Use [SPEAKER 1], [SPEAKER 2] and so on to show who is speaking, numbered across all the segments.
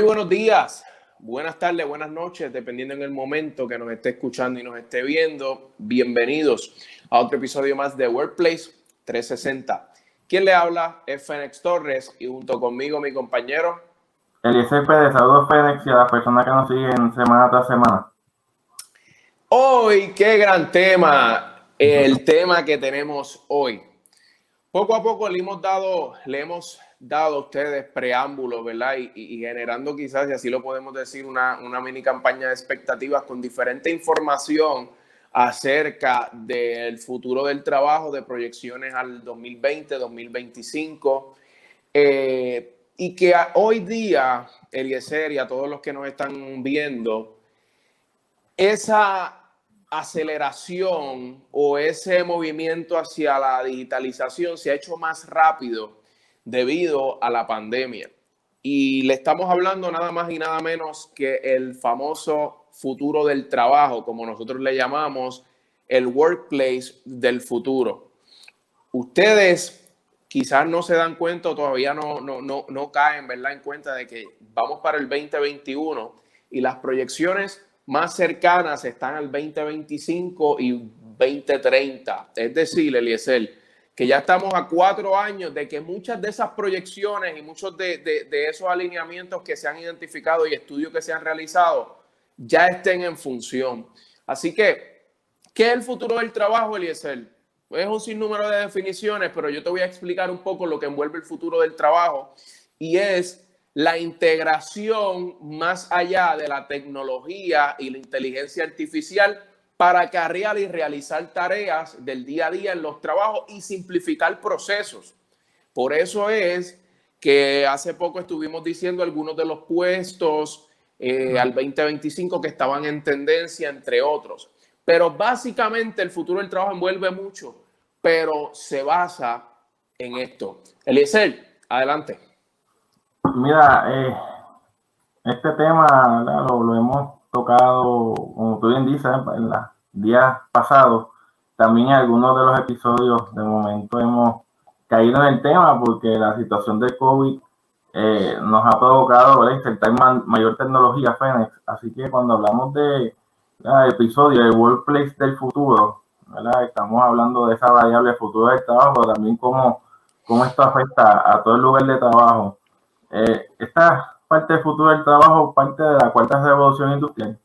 [SPEAKER 1] buenos días, buenas tardes, buenas noches, dependiendo en el momento que nos esté escuchando y nos esté viendo. Bienvenidos a otro episodio más de Workplace 360. Quien le habla es Fénix Torres y junto conmigo mi compañero
[SPEAKER 2] Eliezer Pérez. Saludos, Fénix, y a las personas que nos siguen semana tras semana.
[SPEAKER 1] Hoy, qué gran tema, el tema que tenemos hoy. Poco a poco le hemos dado a ustedes preámbulos, ¿verdad? Y generando quizás, si así lo podemos decir, una mini campaña de expectativas con diferente información acerca del futuro del trabajo, de proyecciones al 2020, 2025. Y que hoy día, Eliezer y a todos los que nos están viendo, esa aceleración o ese movimiento hacia la digitalización se ha hecho más rápido debido a la pandemia. Y le estamos hablando nada más y nada menos que el famoso futuro del trabajo, como nosotros le llamamos, el workplace del futuro. Ustedes quizás no se dan cuenta o todavía no caen, ¿verdad?, en cuenta de que vamos para el 2021 y las proyecciones más cercanas están al 2025 y 2030. Es decir, Eliezer, que ya estamos a 4 años de que muchas de esas proyecciones y muchos de esos alineamientos que se han identificado y estudios que se han realizado ya estén en función. Así que, ¿qué es el futuro del trabajo, Eliezer? Es un sinnúmero de definiciones, pero yo te voy a explicar un poco lo que envuelve el futuro del trabajo y es la integración más allá de la tecnología y la inteligencia artificial para acarrear y realizar tareas del día a día en los trabajos y simplificar procesos. Por eso es que hace poco estuvimos diciendo algunos de los puestos al 2025 que estaban en tendencia, entre otros. Pero básicamente el futuro del trabajo envuelve mucho, pero se basa en esto. Eliezer, adelante.
[SPEAKER 2] Mira, este tema, ¿verdad?, lo hemos tocado, como tú bien dices, en los días pasados. También en algunos de los episodios, de momento, hemos caído en el tema porque la situación del COVID nos ha provocado, ¿verdad?, insertar mayor tecnología, Fénix. Así que cuando hablamos de episodio del Workplace del futuro, ¿verdad?, estamos hablando de esa variable futuro del trabajo, también cómo esto afecta a todo el lugar de trabajo. Esta parte del futuro del trabajo, parte de la cuarta revolución industrial.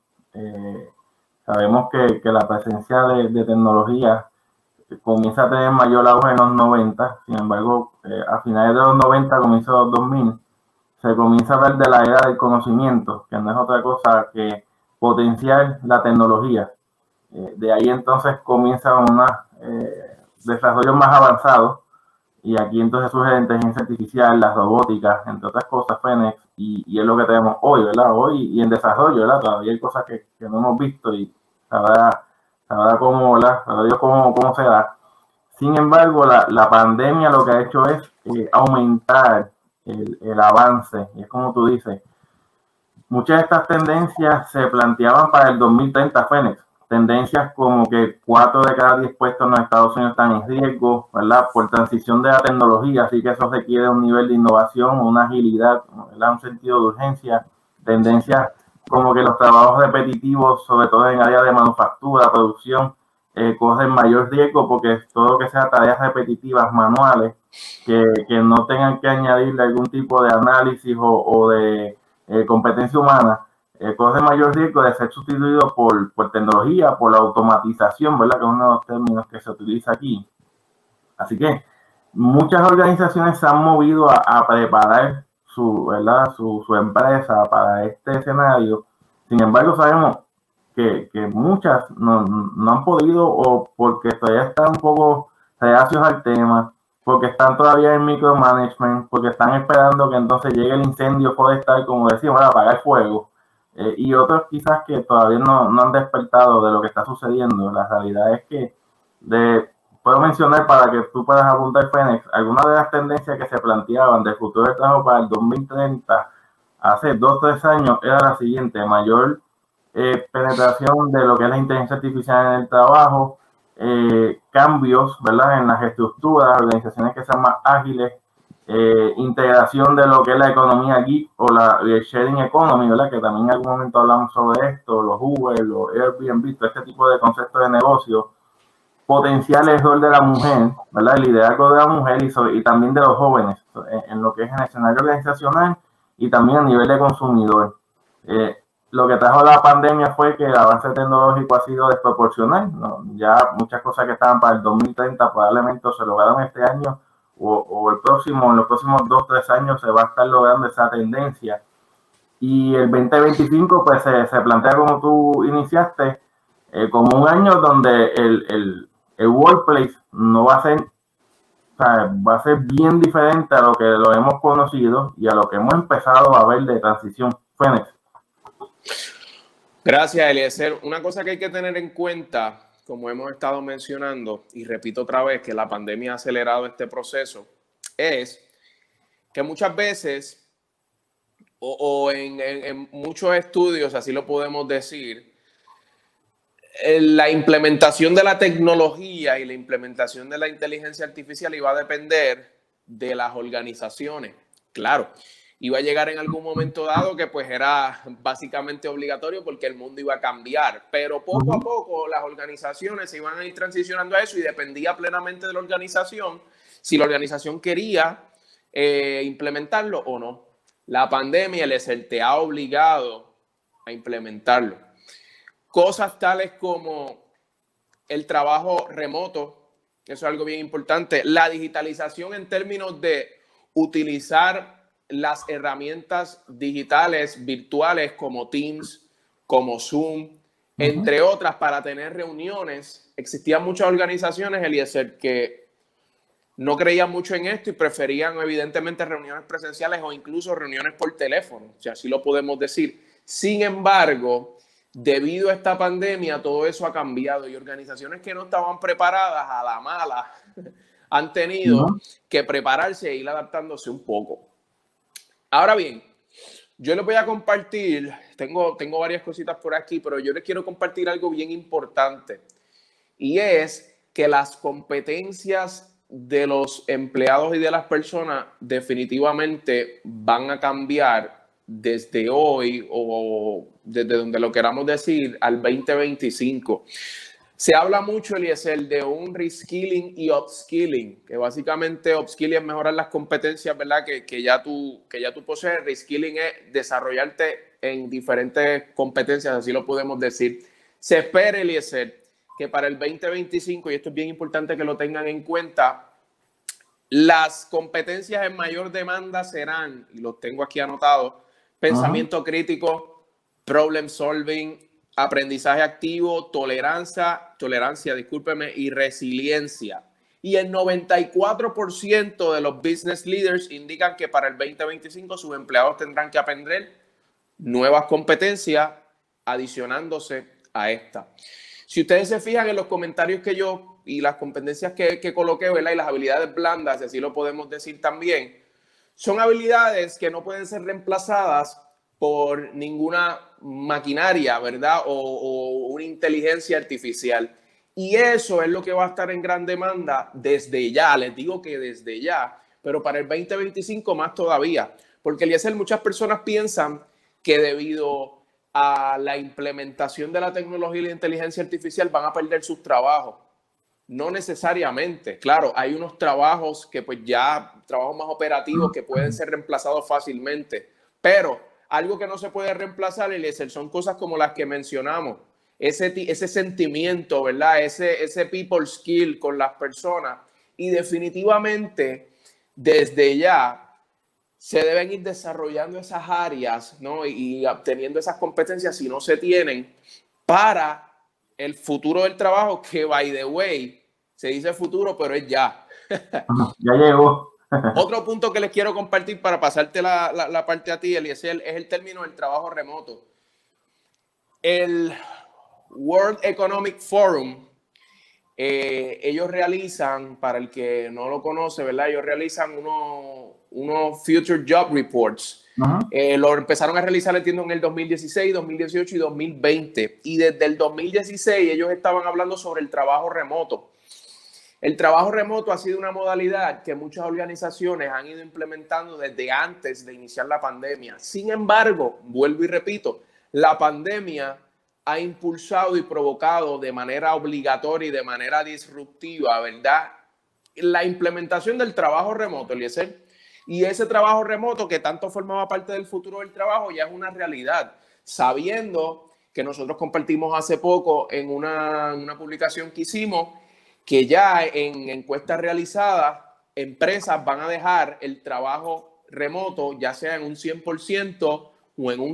[SPEAKER 2] Sabemos que la presencia de tecnología comienza a tener mayor auge en los 90, sin embargo, a finales de los 90, comienzo de los 2000, se comienza a hablar de la era del conocimiento, que no es otra cosa que potenciar la tecnología. De ahí entonces comienza un desarrollo más avanzado. Y aquí entonces surge la inteligencia artificial, la robótica, entre otras cosas, Fénix, y es lo que tenemos hoy, ¿verdad? Hoy y en desarrollo, ¿verdad? Todavía hay cosas que no hemos visto y sabrá cómo, ¿verdad? Sabrá Dios cómo se da. Sin embargo, la pandemia lo que ha hecho es aumentar el avance, y es como tú dices, muchas de estas tendencias se planteaban para el 2030, Fénix. Tendencias como que 4 de cada 10 puestos en los Estados Unidos están en riesgo, ¿verdad?, por transición de la tecnología, así que eso requiere un nivel de innovación, una agilidad, ¿verdad?, un sentido de urgencia. Tendencias como que los trabajos repetitivos, sobre todo en áreas de manufactura, producción, corren mayor riesgo porque todo lo que sea tareas repetitivas, manuales, que no tengan que añadirle algún tipo de análisis o de competencia humana, corre mayor riesgo de ser sustituido por tecnología, por la automatización, ¿verdad?, que es uno de los términos que se utiliza aquí. Así que muchas organizaciones se han movido a preparar su empresa para este escenario. Sin embargo, sabemos que muchas no han podido, o porque todavía están un poco reacios al tema, porque están todavía en micromanagement, porque están esperando que entonces llegue el incendio forestal, como decimos, para apagar fuego. Y otros quizás que todavía no han despertado de lo que está sucediendo. La realidad es que puedo mencionar, para que tú puedas apuntar, Fénix, algunas de las tendencias que se planteaban del futuro del trabajo para el 2030, hace 2 o 3 años, era la siguiente: mayor penetración de lo que es la inteligencia artificial en el trabajo, cambios, ¿verdad?, en las estructuras, organizaciones que sean más ágiles, integración de lo que es la economía geek o el sharing economy, ¿verdad? Que también en algún momento hablamos sobre esto, los Uber, los Airbnb, todo este tipo de conceptos de negocio, potenciar el rol de la mujer, ¿verdad? El liderazgo de la mujer y también de los jóvenes en lo que es en el escenario organizacional y también a nivel de consumidor. Lo que trajo la pandemia fue que el avance tecnológico ha sido desproporcional, ¿no? Ya muchas cosas que estaban para el 2030 probablemente se lograron este año o en los próximos 2-3 años se va a estar logrando esa tendencia. Y el 2025 pues se plantea, como tú iniciaste, como un año donde el workplace no va a ser, o sea, va a ser bien diferente a lo que lo hemos conocido y a lo que hemos empezado a ver de transición. Fénix.
[SPEAKER 1] Gracias, Eliezer. Una cosa que hay que tener en cuenta, como hemos estado mencionando, y repito otra vez que la pandemia ha acelerado este proceso, es que muchas veces, o en muchos estudios, así lo podemos decir, la implementación de la tecnología y la implementación de la inteligencia artificial iba a depender de las organizaciones. Claro, iba a llegar en algún momento dado que pues era básicamente obligatorio porque el mundo iba a cambiar, pero poco a poco las organizaciones se iban a ir transicionando a eso y dependía plenamente de la organización si la organización quería implementarlo o no. La pandemia te ha obligado a implementarlo. Cosas tales como el trabajo remoto, eso es algo bien importante, la digitalización en términos de utilizar las herramientas digitales virtuales como Teams, como Zoom, entre otras, para tener reuniones. Existían muchas organizaciones, Eliezer, que no creían mucho en esto y preferían evidentemente reuniones presenciales o incluso reuniones por teléfono, si así lo podemos decir. Sin embargo, debido a esta pandemia, todo eso ha cambiado y organizaciones que no estaban preparadas a la mala han tenido que prepararse e ir adaptándose un poco. Ahora bien, yo les voy a compartir, tengo varias cositas por aquí, pero yo les quiero compartir algo bien importante y es que las competencias de los empleados y de las personas definitivamente van a cambiar desde hoy o desde donde lo queramos decir al 2025. Se habla mucho, Eliezer, de un reskilling y upskilling, que básicamente upskilling es mejorar las competencias, ¿verdad? Que ya tú posees. Reskilling es desarrollarte en diferentes competencias, así lo podemos decir. Se espera, Eliezer, que para el 2025, y esto es bien importante que lo tengan en cuenta, las competencias en mayor demanda serán, y los tengo aquí anotados, pensamiento crítico, problem solving, aprendizaje activo, tolerancia, y resiliencia. Y el 94% de los business leaders indican que para el 2025 sus empleados tendrán que aprender nuevas competencias adicionándose a esta. Si ustedes se fijan en los comentarios que yo y las competencias que coloqué, ¿verdad? Y las habilidades blandas, y así lo podemos decir también, son habilidades que no pueden ser reemplazadas por ninguna maquinaria, ¿verdad? O una inteligencia artificial. Y eso es lo que va a estar en gran demanda desde ya, les digo que desde ya, pero para el 2025 más todavía. Porque, Eliezer, muchas personas piensan que debido a la implementación de la tecnología y la inteligencia artificial van a perder sus trabajos. No necesariamente. Claro, hay unos trabajos que pues ya, trabajos más operativos que pueden ser reemplazados fácilmente, pero algo que no se puede reemplazar, Eliezer, son cosas como las que mencionamos. Ese sentimiento, ¿verdad? Ese people skill con las personas. Y definitivamente, desde ya, se deben ir desarrollando esas áreas, ¿no? Y obteniendo esas competencias, si no se tienen, para el futuro del trabajo, que, by the way, se dice futuro, pero es ya.
[SPEAKER 2] Ya llegó.
[SPEAKER 1] Otro punto que les quiero compartir para pasarte la parte a ti, Eliezer, es el término del trabajo remoto. El World Economic Forum, ellos realizan, para el que no lo conoce, ¿verdad? Ellos realizan unos Future Job Reports. Lo empezaron a realizar, entiendo, en el 2016, 2018 y 2020. Y desde el 2016 ellos estaban hablando sobre el trabajo remoto. El trabajo remoto ha sido una modalidad que muchas organizaciones han ido implementando desde antes de iniciar la pandemia. Sin embargo, vuelvo y repito, la pandemia ha impulsado y provocado de manera obligatoria y de manera disruptiva, ¿verdad?, la implementación del trabajo remoto, Eliezer. Y ese trabajo remoto que tanto formaba parte del futuro del trabajo ya es una realidad, sabiendo que nosotros compartimos hace poco en una publicación que hicimos que ya en encuestas realizadas, empresas van a dejar el trabajo remoto ya sea en un 100% o en un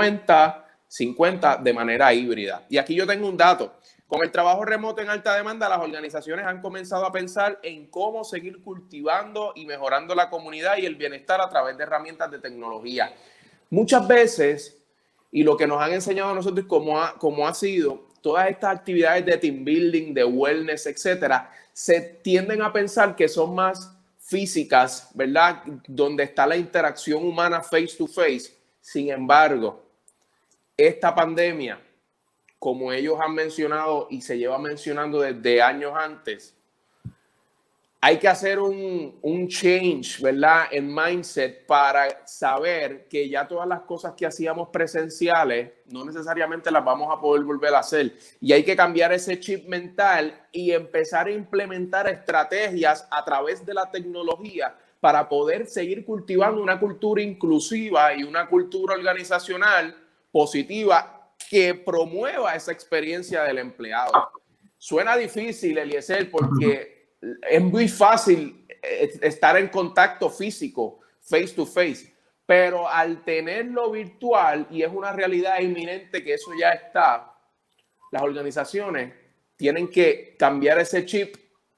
[SPEAKER 1] 50% de manera híbrida. Y aquí yo tengo un dato. Con el trabajo remoto en alta demanda, las organizaciones han comenzado a pensar en cómo seguir cultivando y mejorando la comunidad y el bienestar a través de herramientas de tecnología. Muchas veces, y lo que nos han enseñado a nosotros cómo ha sido, todas estas actividades de team building, de wellness, etcétera, se tienden a pensar que son más físicas, ¿verdad? Donde está la interacción humana face to face. Sin embargo, esta pandemia, como ellos han mencionado y se lleva mencionando desde años antes, hay que hacer un change, ¿verdad?, en mindset para saber que ya todas las cosas que hacíamos presenciales no necesariamente las vamos a poder volver a hacer. Y hay que cambiar ese chip mental y empezar a implementar estrategias a través de la tecnología para poder seguir cultivando una cultura inclusiva y una cultura organizacional positiva que promueva esa experiencia del empleado. Suena difícil, Eliezer, porque es muy fácil estar en contacto físico, face to face, pero al tenerlo virtual, y es una realidad inminente que eso ya está, las organizaciones tienen que cambiar ese chip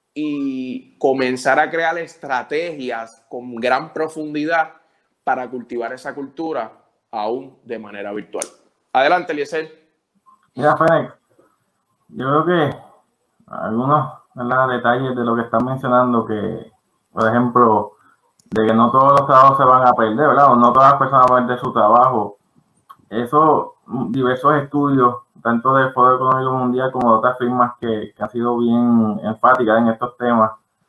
[SPEAKER 1] y comenzar a crear estrategias con gran profundidad para cultivar esa cultura aún de manera virtual. Adelante, Eliezer.
[SPEAKER 2] Mira, Fénix, yo creo que algunos detalles de lo que están mencionando, que, por ejemplo, de que no todos los trabajos se van a perder, ¿verdad? O no todas las personas van a perder su trabajo. Eso, diversos estudios, tanto del Foro Económico Mundial como de otras firmas que han sido bien enfáticas en estos temas,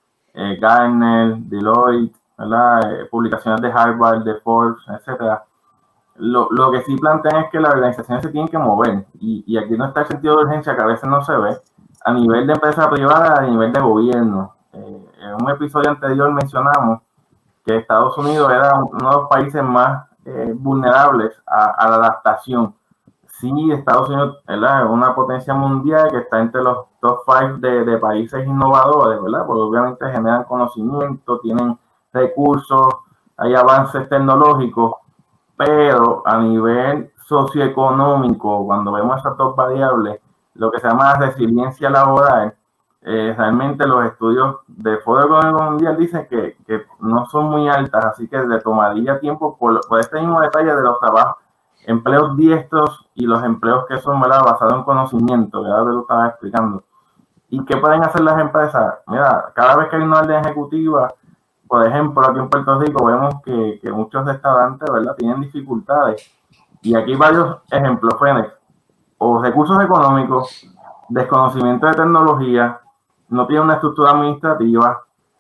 [SPEAKER 2] Gartner, Deloitte, ¿verdad? Publicaciones de Harvard, de Forbes, etcétera. Lo que sí plantean es que las organizaciones se tienen que mover, y aquí no está el sentido de urgencia que a veces no se ve a nivel de empresa privada, a nivel de gobierno. En un episodio anterior mencionamos que Estados Unidos era uno de los países más vulnerables a la adaptación. Sí, Estados Unidos, ¿verdad?, es una potencia mundial que está entre los top 5 de países innovadores, ¿verdad?, porque obviamente generan conocimiento, tienen recursos, hay avances tecnológicos, pero a nivel socioeconómico, cuando vemos esas dos variables, lo que se llama resiliencia laboral, realmente los estudios del Foro Económico Mundial dicen que no son muy altas, así que le tomaría tiempo por este mismo detalle de los trabajos, empleos diestros y los empleos que son, ¿verdad?, basados en conocimiento, que era lo que tú estabas explicando. ¿Y qué pueden hacer las empresas? Mira, cada vez que hay una orden ejecutiva, por ejemplo, aquí en Puerto Rico vemos que muchos restaurantes, ¿verdad?, tienen dificultades. Y aquí varios ejemplos, Fénix, o recursos económicos, desconocimiento de tecnología, no tienen una estructura administrativa,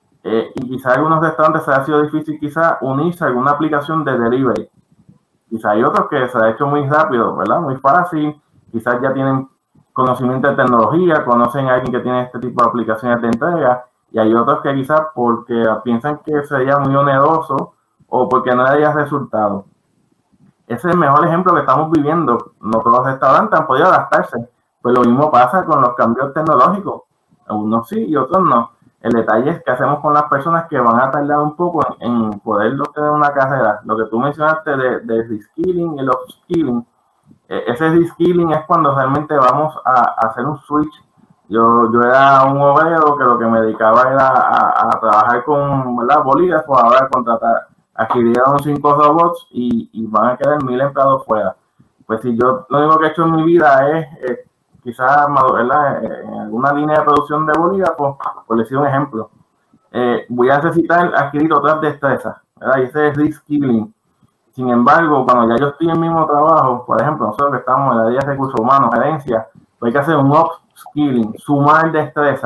[SPEAKER 2] y quizá algunos restaurantes se ha sido difícil quizá unirse a alguna aplicación de delivery. Quizá hay otros que se ha hecho muy rápido, ¿verdad?, muy fácil, quizás ya tienen conocimiento de tecnología, conocen a alguien que tiene este tipo de aplicaciones de entrega, y hay otros que quizás porque piensan que sería muy oneroso o porque no daría resultados. Ese es el mejor ejemplo que estamos viviendo. No todos los restaurantes han podido adaptarse. Pues lo mismo pasa con los cambios tecnológicos. Unos sí y otros no. El detalle es que hacemos con las personas que van a tardar un poco en poder tener una carrera. Lo que tú mencionaste de reskilling y el upskilling. Ese reskilling es cuando realmente vamos a hacer un switch. Yo era un obrero que lo que me dedicaba era a trabajar con, ¿verdad?, bolígrafos, ahora contratar. Adquirieron 5 robots y van a quedar 1000 empleados fuera. Pues si yo lo único que he hecho en mi vida es quizás, ¿verdad?, en alguna línea de producción de bolígrafos, por decir un ejemplo, voy a necesitar adquirir otras destrezas, ¿verdad? Y ese es reskilling. Sin embargo, cuando ya yo estoy en el mismo trabajo, por ejemplo, nosotros que estamos en la área de recursos humanos, gerencia, pues hay que hacer un upskilling, sumar destrezas.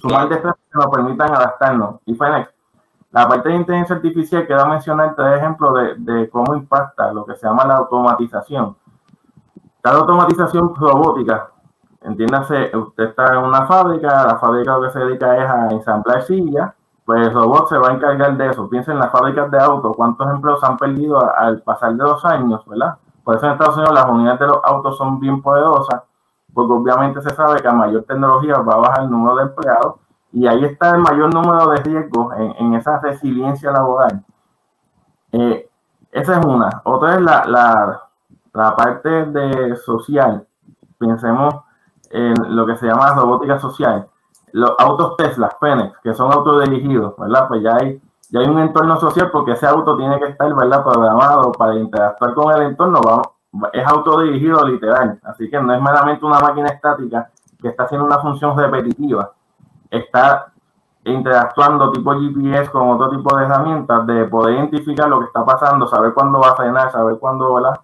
[SPEAKER 2] sumar destrezas que nos permitan adaptarnos. Y Fénix, la parte de inteligencia artificial, quiero mencionar 3 ejemplos de cómo impacta lo que se llama la automatización. Cada automatización robótica, entiéndase, usted está en una fábrica, la fábrica lo que se dedica es a ensamblar sillas, pues el robot se va a encargar de eso. Piensen en las fábricas de autos, cuántos empleos se han perdido al pasar de los años, ¿verdad? Por eso en Estados Unidos las unidades de los autos son bien poderosas, porque obviamente se sabe que a mayor tecnología va a bajar el número de empleados, y ahí está el mayor número de riesgos en esa resiliencia laboral. Esa es una. Otra es la parte de social. Pensemos en lo que se llama robótica social. Los autos Tesla, Fénix, que son autodirigidos, ¿verdad? Pues ya hay un entorno social, porque ese auto tiene que estar, ¿verdad?, programado para interactuar con el entorno. Es autodirigido literal, así que no es meramente una máquina estática que está haciendo una función repetitiva. Está interactuando tipo GPS con otro tipo de herramientas de poder identificar lo que está pasando, saber cuándo va a frenar, saber cuándo, ¿verdad?,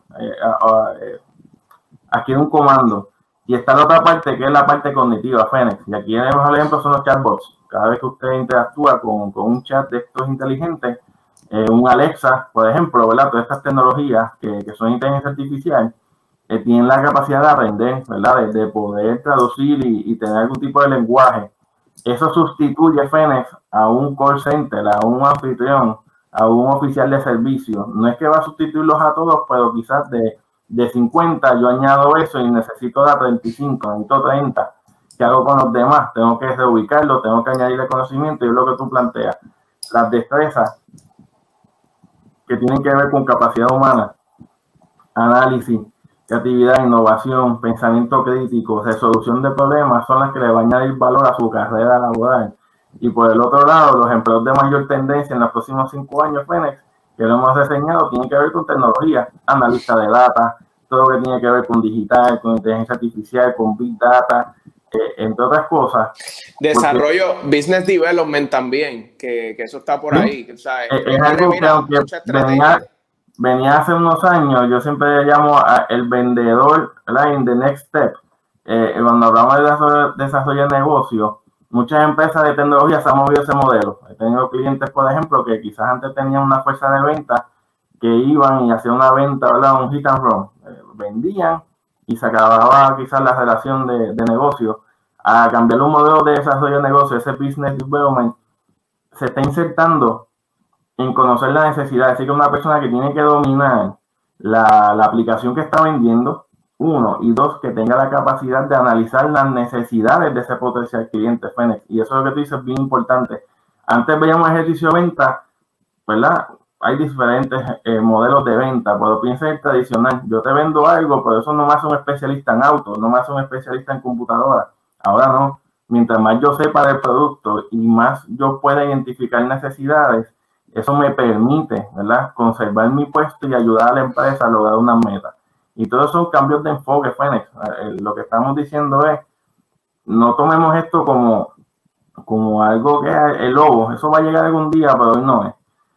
[SPEAKER 2] adquiere un comando. Y está la otra parte, que es la parte cognitiva, Fénix. Y aquí el mejor ejemplo son los chatbots. Cada vez que usted interactúa con un chat de estos inteligentes, un Alexa, por ejemplo, ¿verdad?, todas estas tecnologías que son inteligencia artificial, tienen la capacidad de aprender, ¿verdad?, de poder traducir y tener algún tipo de lenguaje. Eso sustituye, Fénix, a un call center, a un anfitrión, a un oficial de servicio. No es que va a sustituirlos a todos, pero quizás de 50 yo añado eso y necesito dar 35, necesito 30. ¿Qué hago con los demás? Tengo que reubicarlo, tengo que añadirle conocimiento, y es lo que tú planteas. Las destrezas que tienen que ver con capacidad humana, análisis, creatividad, innovación, pensamiento crítico, resolución de problemas, son las que le van a añadir valor a su carrera laboral. Y por el otro lado, los empleos de mayor tendencia en los próximos 5 años, Fénix, que lo hemos reseñado, tiene que ver con tecnología, analista de data, todo lo que tiene que ver con digital, con inteligencia artificial, con big data, entre otras cosas.
[SPEAKER 1] Desarrollo, business development también, que eso está por ahí. O sea,
[SPEAKER 2] es algo que aunque venía hace unos años, yo siempre le llamo el vendedor, ¿verdad?, in the next step. Cuando hablamos de desarrollo de negocio, muchas empresas de tecnología se han movido ese modelo. He tenido clientes, por ejemplo, que quizás antes tenían una fuerza de venta, que iban y hacían una venta, ¿verdad?, un hit and run. Vendían y se acababa quizás la relación de negocio. A cambiar un modelo de desarrollo de negocio, ese business development se está insertando en conocer la necesidad. Así que una persona que tiene que dominar la aplicación que está vendiendo, 1, y 2, que tenga la capacidad de analizar las necesidades de ese potencial cliente, Fénix. Y eso es lo que tú dices, bien importante. Antes veíamos ejercicio de venta, ¿verdad? Hay diferentes modelos de venta, pero piensa en el tradicional. Yo te vendo algo, pero eso no me hace un especialista en auto, no me hace un especialista en computadora. Ahora no. Mientras más yo sepa del producto y más yo pueda identificar necesidades, eso me permite, ¿verdad?, conservar mi puesto y ayudar a la empresa a lograr una meta. Y todos son cambios de enfoque, Fénix. Lo que estamos diciendo es, no tomemos esto como algo que es el lobo. Eso va a llegar algún día, pero hoy no es.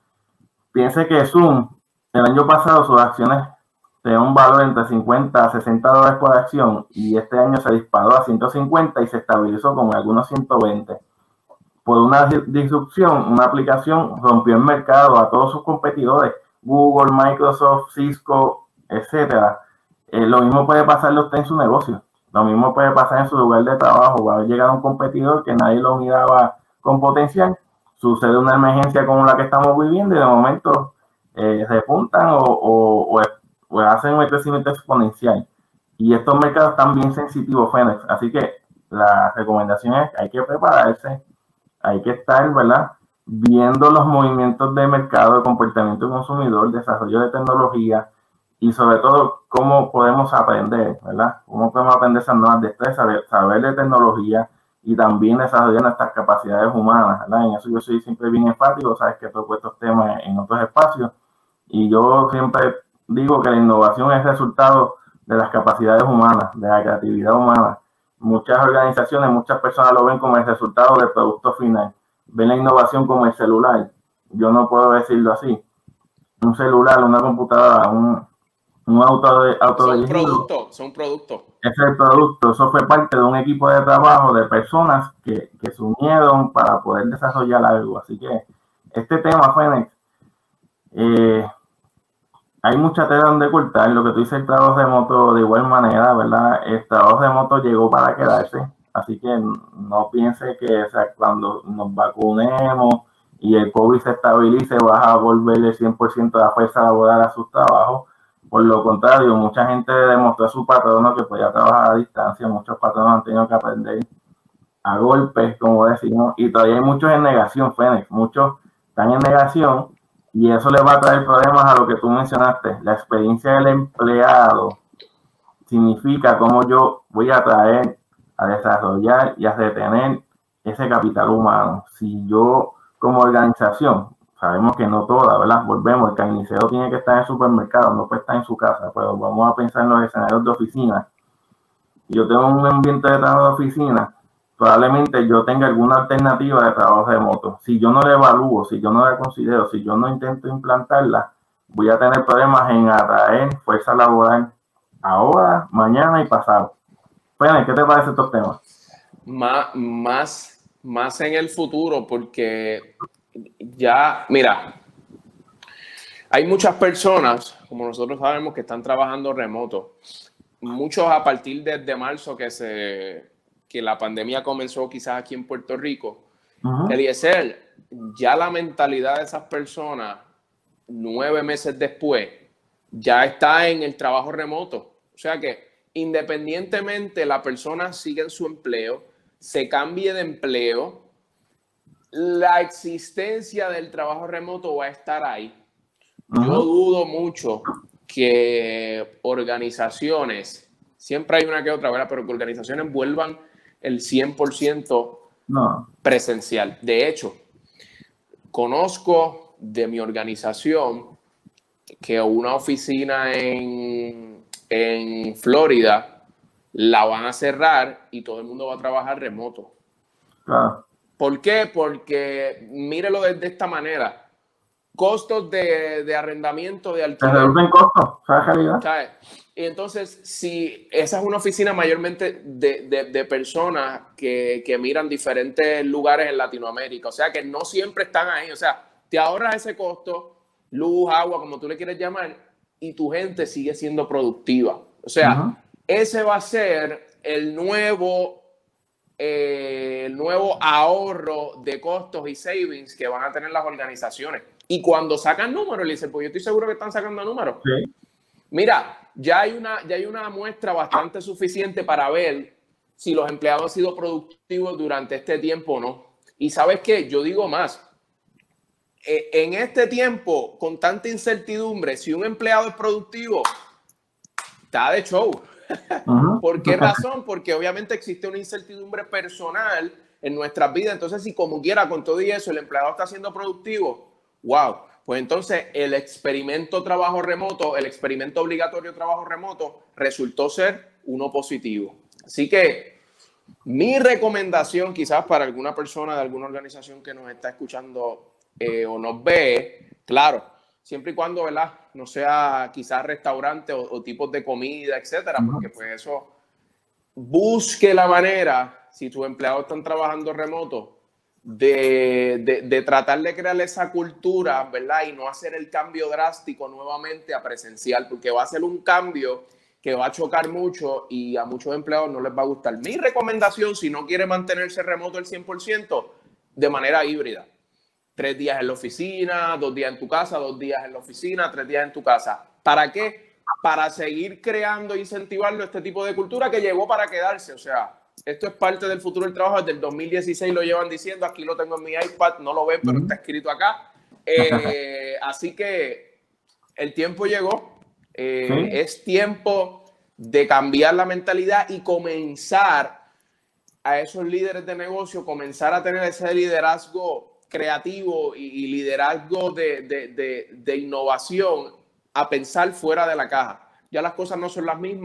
[SPEAKER 2] Piense que Zoom, el año pasado sus acciones tenían un valor entre 50 a 60 dólares por acción, y este año se disparó a 150 y se estabilizó con algunos 120. Por una disrupción, una aplicación rompió el mercado a todos sus competidores, Google, Microsoft, Cisco, etcétera. Lo mismo puede pasarle a usted en su negocio, lo mismo puede pasar en su lugar de trabajo. Va a llegar un competidor que nadie lo miraba con potencial, sucede una emergencia como la que estamos viviendo y de momento repuntan o hacen un crecimiento exponencial. Y estos mercados están bien sensitivos, Fénix. Así que la recomendación es que hay que prepararse, hay que estar, ¿verdad?, viendo los movimientos de mercado, el comportamiento del consumidor, desarrollo de tecnología, y sobre todo cómo podemos aprender, ¿verdad? Cómo podemos aprender esas nuevas destrezas, saber de tecnología y también desarrollar nuestras capacidades humanas, ¿verdad? En eso yo soy siempre bien enfático, sabes que toco estos temas en otros espacios, y yo siempre digo que la innovación es resultado de las capacidades humanas, de la creatividad humana. Muchas organizaciones, muchas personas lo ven como el resultado del producto final, ven la innovación como el celular. Yo no puedo decirlo así. Un celular, una computadora, un un autodirigido.
[SPEAKER 1] Son productos.
[SPEAKER 2] Ese es el producto. Eso fue parte de un equipo de trabajo de personas que se unieron para poder desarrollar algo. Así que este tema, Fénix, hay mucha tela donde cortar. Lo que tú dices, el trabajo remoto de igual manera, ¿verdad? El trabajo remoto llegó para quedarse. Así que no piense que, o sea, cuando nos vacunemos y el COVID se estabilice, vas a volver el 100% de la fuerza laboral a sus trabajos. Por lo contrario, mucha gente demostró a su patrono que podía trabajar a distancia. Muchos patronos han tenido que aprender a golpes, como decimos, y todavía hay muchos en negación, Fénix. Muchos están en negación y eso le va a traer problemas a lo que tú mencionaste. La experiencia del empleado significa cómo yo voy a traer, a desarrollar y a retener ese capital humano. Si yo, como organización, sabemos que no toda, ¿verdad? Volvemos, el carnicero tiene que estar en el supermercado, no puede estar en su casa, pero vamos a pensar en los escenarios de oficina. Si yo tengo un ambiente de trabajo de oficina, probablemente yo tenga alguna alternativa de trabajo remoto. Si yo no la evalúo, si yo no la considero, si yo no intento implantarla, voy a tener problemas en atraer fuerza laboral ahora, mañana y pasado. Bueno, ¿qué te parece estos temas?
[SPEAKER 1] Más en el futuro, porque ya, mira, hay muchas personas, como nosotros sabemos, que están trabajando remoto. Muchos a partir de marzo que la pandemia comenzó quizás aquí en Puerto Rico. Eliezer, ya la mentalidad de esas personas 9 meses después ya está en el trabajo remoto. O sea que independientemente la persona siga en su empleo, se cambie de empleo, la existencia del trabajo remoto va a estar ahí. Yo dudo mucho que organizaciones, siempre hay una que otra, ¿verdad? Pero que organizaciones vuelvan el 100% presencial. De hecho, conozco de mi organización que una oficina en Florida la van a cerrar y todo el mundo va a trabajar remoto. ¿Por qué? Porque mírelo de esta manera. Costos de arrendamiento, de alquiler.
[SPEAKER 2] Se reducen costos, ¿sabes realidad?
[SPEAKER 1] ¿Sabes? Y entonces, si esa es una oficina mayormente de personas que miran diferentes lugares en Latinoamérica, o sea que no siempre están ahí, o sea, te ahorras ese costo, luz, agua, como tú le quieres llamar, y tu gente sigue siendo productiva. O sea, ese va a ser el nuevo ahorro de costos y savings que van a tener las organizaciones. Y cuando sacan números, le dicen, pues yo estoy seguro que están sacando números. Sí. Mira, ya hay una muestra bastante suficiente para ver si los empleados han sido productivos durante este tiempo o no. Y ¿sabes qué? Yo digo más. En este tiempo, con tanta incertidumbre, si un empleado es productivo, está de show. ¿Por qué razón? Porque obviamente existe una incertidumbre personal en nuestras vidas. Entonces, si como quiera, con todo y eso, el empleado está siendo productivo, wow, pues entonces el experimento trabajo remoto, el experimento obligatorio trabajo remoto resultó ser uno positivo. Así que mi recomendación quizás para alguna persona de alguna organización que nos está escuchando o nos ve, claro, siempre y cuando, ¿verdad?, no sea quizás restaurante o tipos de comida, etcétera, porque pues eso, busque la manera, si tus empleados están trabajando remoto, de tratar de crear esa cultura, ¿verdad? Y no hacer el cambio drástico nuevamente a presencial, porque va a ser un cambio que va a chocar mucho y a muchos empleados no les va a gustar. Mi recomendación, si no quiere mantenerse remoto el 100%, de manera híbrida. 3 días en la oficina, 2 días en tu casa, 2 días en la oficina, 3 días en tu casa. ¿Para qué? Para seguir creando e incentivando este tipo de cultura que llegó para quedarse. O sea, esto es parte del futuro del trabajo. Desde el 2016 lo llevan diciendo. Aquí lo tengo en mi iPad, no lo ven, pero está escrito acá. Así que el tiempo llegó. Es tiempo de cambiar la mentalidad y comenzar a esos líderes de negocio, comenzar a tener ese liderazgo creativo y liderazgo de innovación, a pensar fuera de la caja. Ya las cosas no son las mismas,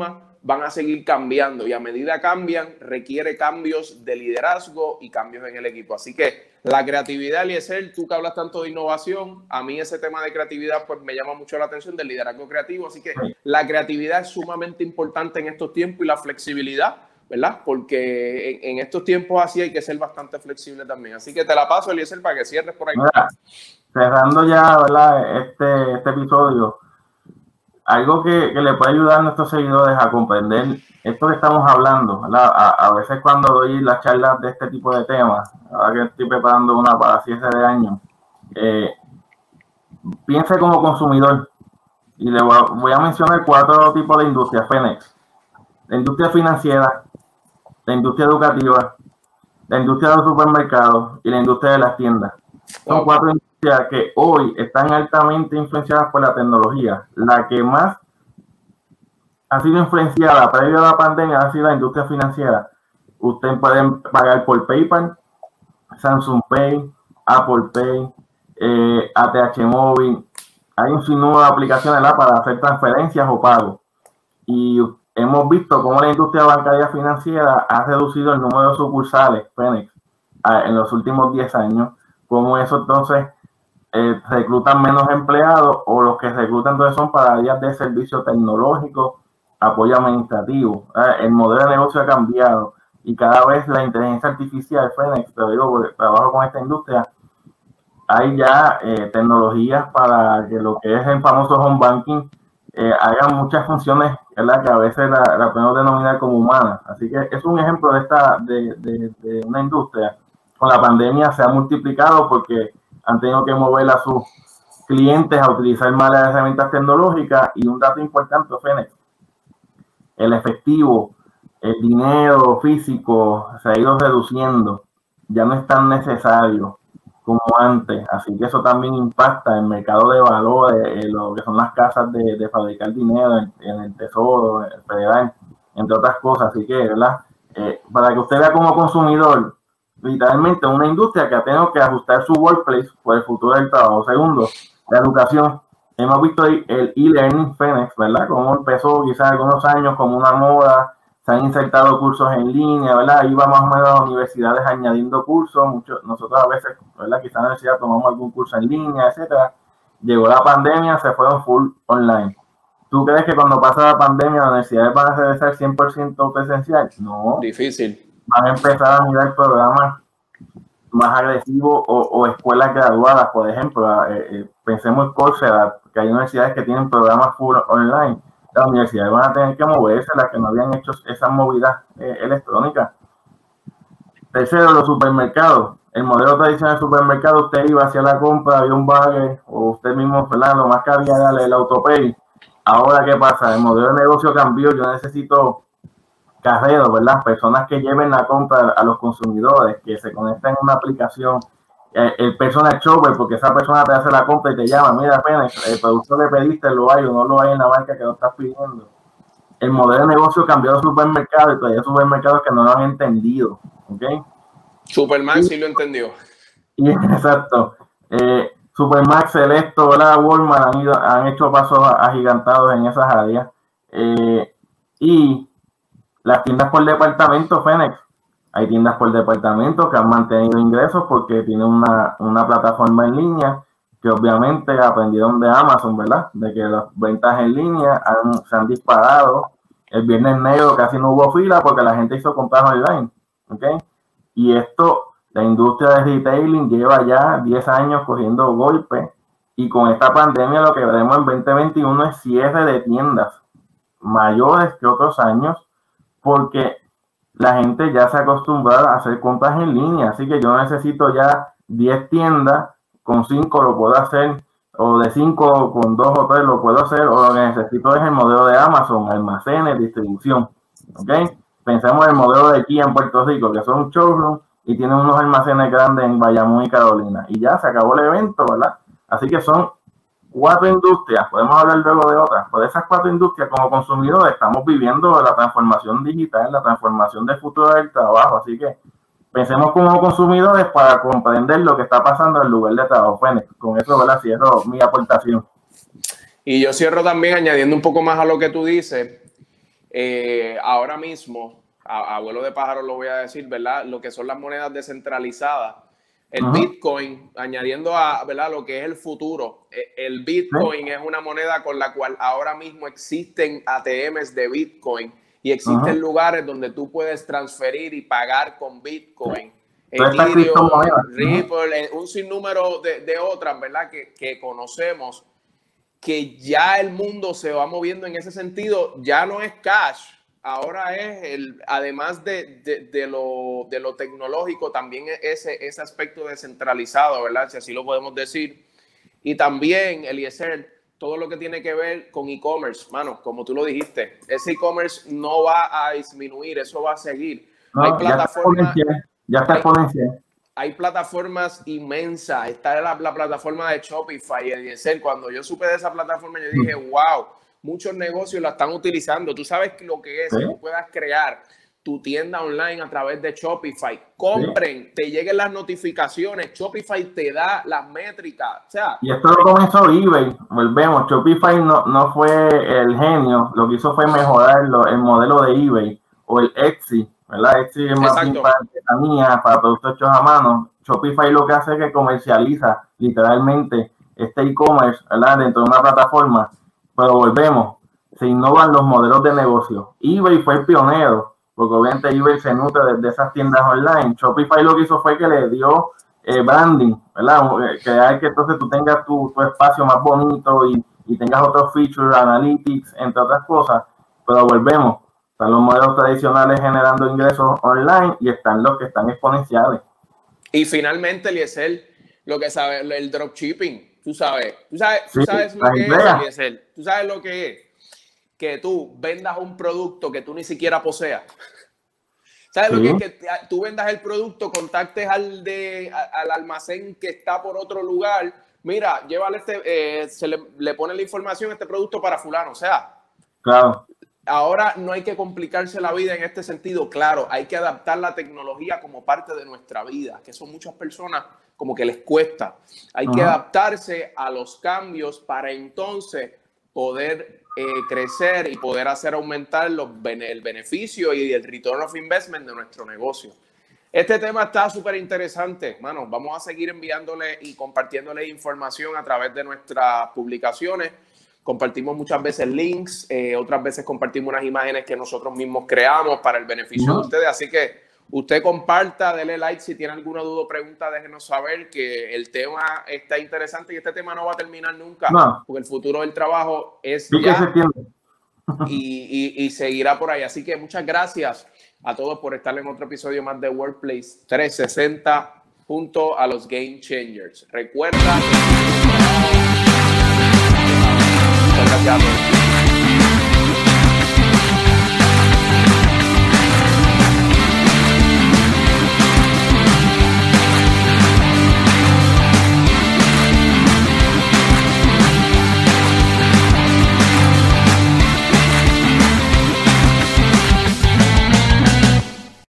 [SPEAKER 1] van a seguir cambiando y a medida cambian, requiere cambios de liderazgo y cambios en el equipo. Así que la creatividad, Eliezer, tú que hablas tanto de innovación, a mí ese tema de creatividad pues me llama mucho la atención del liderazgo creativo. Así que la creatividad es sumamente importante en estos tiempos y la flexibilidad, ¿verdad? Porque en estos tiempos así hay que ser bastante flexible también. Así que te la paso, Eliezer, para que cierres por ahí.
[SPEAKER 2] Mira, cerrando ya, ¿verdad? Este episodio, algo que le puede ayudar a nuestros seguidores a comprender esto que estamos hablando, ¿verdad? A veces cuando doy las charlas de este tipo de temas, ahora que estoy preparando una para cierre de año, piense como consumidor y le voy a mencionar 4 tipos de industrias, Fénix: la industria financiera, la industria educativa, la industria de los supermercados y la industria de las tiendas. Son 4 industrias que hoy están altamente influenciadas por la tecnología. La que más ha sido influenciada previo a la pandemia ha sido la industria financiera. Usted puede pagar por PayPal, Samsung Pay, Apple Pay, ATH Móvil. Hay un sinnúmero de aplicaciones para hacer transferencias o pagos. Y hemos visto cómo la industria bancaria financiera ha reducido el número de sucursales, Fénix, en los últimos 10 años. Cómo eso entonces reclutan menos empleados, o los que reclutan entonces son para áreas de servicio tecnológico, apoyo administrativo. El modelo de negocio ha cambiado y cada vez la inteligencia artificial, Fénix, te lo digo porque trabajo con esta industria, hay ya tecnologías para que lo que es el famoso home banking hagan muchas funciones, ¿verdad?, que a veces la podemos denominar como humanas. Así que es un ejemplo de una industria. Con la pandemia se ha multiplicado porque han tenido que mover a sus clientes a utilizar más las herramientas tecnológicas. Y un dato importante, Fénix: el efectivo, el dinero físico se ha ido reduciendo, ya no es tan necesario como antes, así que eso también impacta el mercado de valores, lo que son las casas de fabricar dinero en el Tesoro, el Federal, entre otras cosas. Así que, ¿verdad? Para que usted vea como consumidor, literalmente una industria que ha tenido que ajustar su workplace por el futuro del trabajo. Segundo, la educación. Hemos visto el e-learning, Fénix, ¿verdad? Como empezó quizás algunos años como una moda. Se han insertado cursos en línea, ¿verdad? Ahí va más o menos a las universidades añadiendo cursos. Nosotros a veces, ¿verdad?, quizás en la universidad tomamos algún curso en línea, etcétera. Llegó la pandemia, se fueron full online. ¿Tú crees que cuando pasa la pandemia las universidades van a regresar 100% presencial? No.
[SPEAKER 1] Difícil.
[SPEAKER 2] Van a empezar a mirar programas más agresivos o escuelas graduadas, por ejemplo. Pensemos en Coursera, que hay universidades que tienen programas full online. Las universidades van a tener que moverse, las que no habían hecho esas movidas electrónicas. Tercero, los supermercados. El modelo tradicional del supermercado, usted iba hacia la compra, había un bagger, o usted mismo, ¿verdad?, lo más que había era el autopay. Ahora, ¿qué pasa? El modelo de negocio cambió. Yo necesito carreros, ¿verdad?, personas que lleven la compra a los consumidores, que se conecten en una aplicación, el personal shopper, porque esa persona te hace la compra y te llama: mira, Fénix, el producto que pediste lo hay o no lo hay en la marca que lo estás pidiendo. El modelo de negocio cambió de supermercado y todavía hay supermercados que no lo han entendido, ¿ok?
[SPEAKER 1] Supermax sí lo entendió.
[SPEAKER 2] Exacto. Supermax, Selecto, ¿verdad?, Walmart han hecho pasos agigantados en esas áreas. Y las tiendas por departamento, Fénix. Hay tiendas por departamento que han mantenido ingresos porque tienen una plataforma en línea que obviamente aprendieron de Amazon, ¿verdad?, de que las ventas en línea se han disparado. El Viernes Negro casi no hubo fila porque la gente hizo compras online, ¿ok? Y esto, la industria de retailing lleva ya 10 años cogiendo golpes, y con esta pandemia lo que veremos en 2021 es cierre de tiendas mayores que otros años, porque la gente ya se acostumbra a hacer compras en línea. Así que yo no necesito ya 10 tiendas, con 5 lo puedo hacer, o de 5 con 2 o 3 lo puedo hacer, o lo que necesito es el modelo de Amazon, almacenes, distribución, ¿ok? Pensemos en el modelo de Kia en Puerto Rico, que son showrooms y tienen unos almacenes grandes en Bayamón y Carolina, y ya se acabó el evento, ¿verdad? Así que son 4 industrias, podemos hablar luego de otras. Por esas 4 industrias, como consumidores, estamos viviendo la transformación digital, la transformación del futuro del trabajo. Así que pensemos como consumidores para comprender lo que está pasando en el lugar de trabajo. Bueno, con eso, ¿verdad?, cierro mi aportación.
[SPEAKER 1] Y yo cierro también añadiendo un poco más a lo que tú dices. ahora mismo, abuelo de pájaro lo voy a decir, ¿verdad? Lo que son las monedas descentralizadas, el Bitcoin, añadiendo a, ¿verdad?, lo que es el futuro. El Bitcoin es una moneda con la cual ahora mismo existen ATMs de Bitcoin y existen lugares donde tú puedes transferir y pagar con Bitcoin. Ethereum, Ripple, un sinnúmero de otras, ¿verdad?, que conocemos, que ya el mundo se va moviendo en ese sentido. Ya no es cash, ahora es, además de lo tecnológico, también ese aspecto descentralizado, ¿verdad?, si así lo podemos decir. Y también, Eliezer, todo lo que tiene que ver con e-commerce, mano, como tú lo dijiste, ese e-commerce no va a disminuir, eso va a seguir.
[SPEAKER 2] No, hay plataformas, ya está exponencial.
[SPEAKER 1] Hay plataformas inmensas. Está la plataforma de Shopify, Eliezer. Cuando yo supe de esa plataforma, yo dije, wow, muchos negocios la están utilizando. Tú sabes lo que es, que tú puedas crear tu tienda online a través de Shopify. Compren, te lleguen las notificaciones. Shopify te da las métricas. O sea,
[SPEAKER 2] y esto lo comenzó eBay. Volvemos, Shopify no fue el genio. Lo que hizo fue mejorar el modelo de eBay o el Etsy, ¿verdad? Etsy es más bien para artesanía, para productos hechos a mano. Shopify lo que hace es que comercializa literalmente este e-commerce, ¿verdad?, dentro de una plataforma. Pero volvemos, se innovan los modelos de negocio. eBay fue el pionero, porque obviamente eBay se nutre de esas tiendas online. Shopify lo que hizo fue que le dio branding, ¿verdad? Que hay que entonces tú tengas tu espacio más bonito y tengas otros features, analytics, entre otras cosas. Pero volvemos, están los modelos tradicionales generando ingresos online y están los que están exponenciales.
[SPEAKER 1] Y finalmente, Eliezer, lo que sabe, el dropshipping, tú sabes lo que es, Eliezer. Tú sabes lo que es que tú vendas un producto que tú ni siquiera poseas. ¿Sabes lo que es que tú vendas el producto, contactes al almacén que está por otro lugar? Mira, llévale le pone la información, este producto para fulano. O sea,
[SPEAKER 2] claro.
[SPEAKER 1] Ahora no hay que complicarse la vida en este sentido. Claro, hay que adaptar la tecnología como parte de nuestra vida, que son muchas personas como que les cuesta. Hay que adaptarse a los cambios para entonces poder crecer y poder hacer aumentar el beneficio y el return of investment de nuestro negocio. Este tema está súper interesante, mano. Vamos a seguir enviándole y compartiéndole información a través de nuestras publicaciones. Compartimos muchas veces links, otras veces compartimos unas imágenes que nosotros mismos creamos para el beneficio de ustedes. Así que usted comparta, dele like. Si tiene alguna duda o pregunta, déjenos saber, que el tema está interesante y este tema no va a terminar nunca, porque el futuro del trabajo es ya y seguirá por ahí. Así que muchas gracias a todos por estar en otro episodio más de Workplace 360 junto a los Game Changers. Recuerda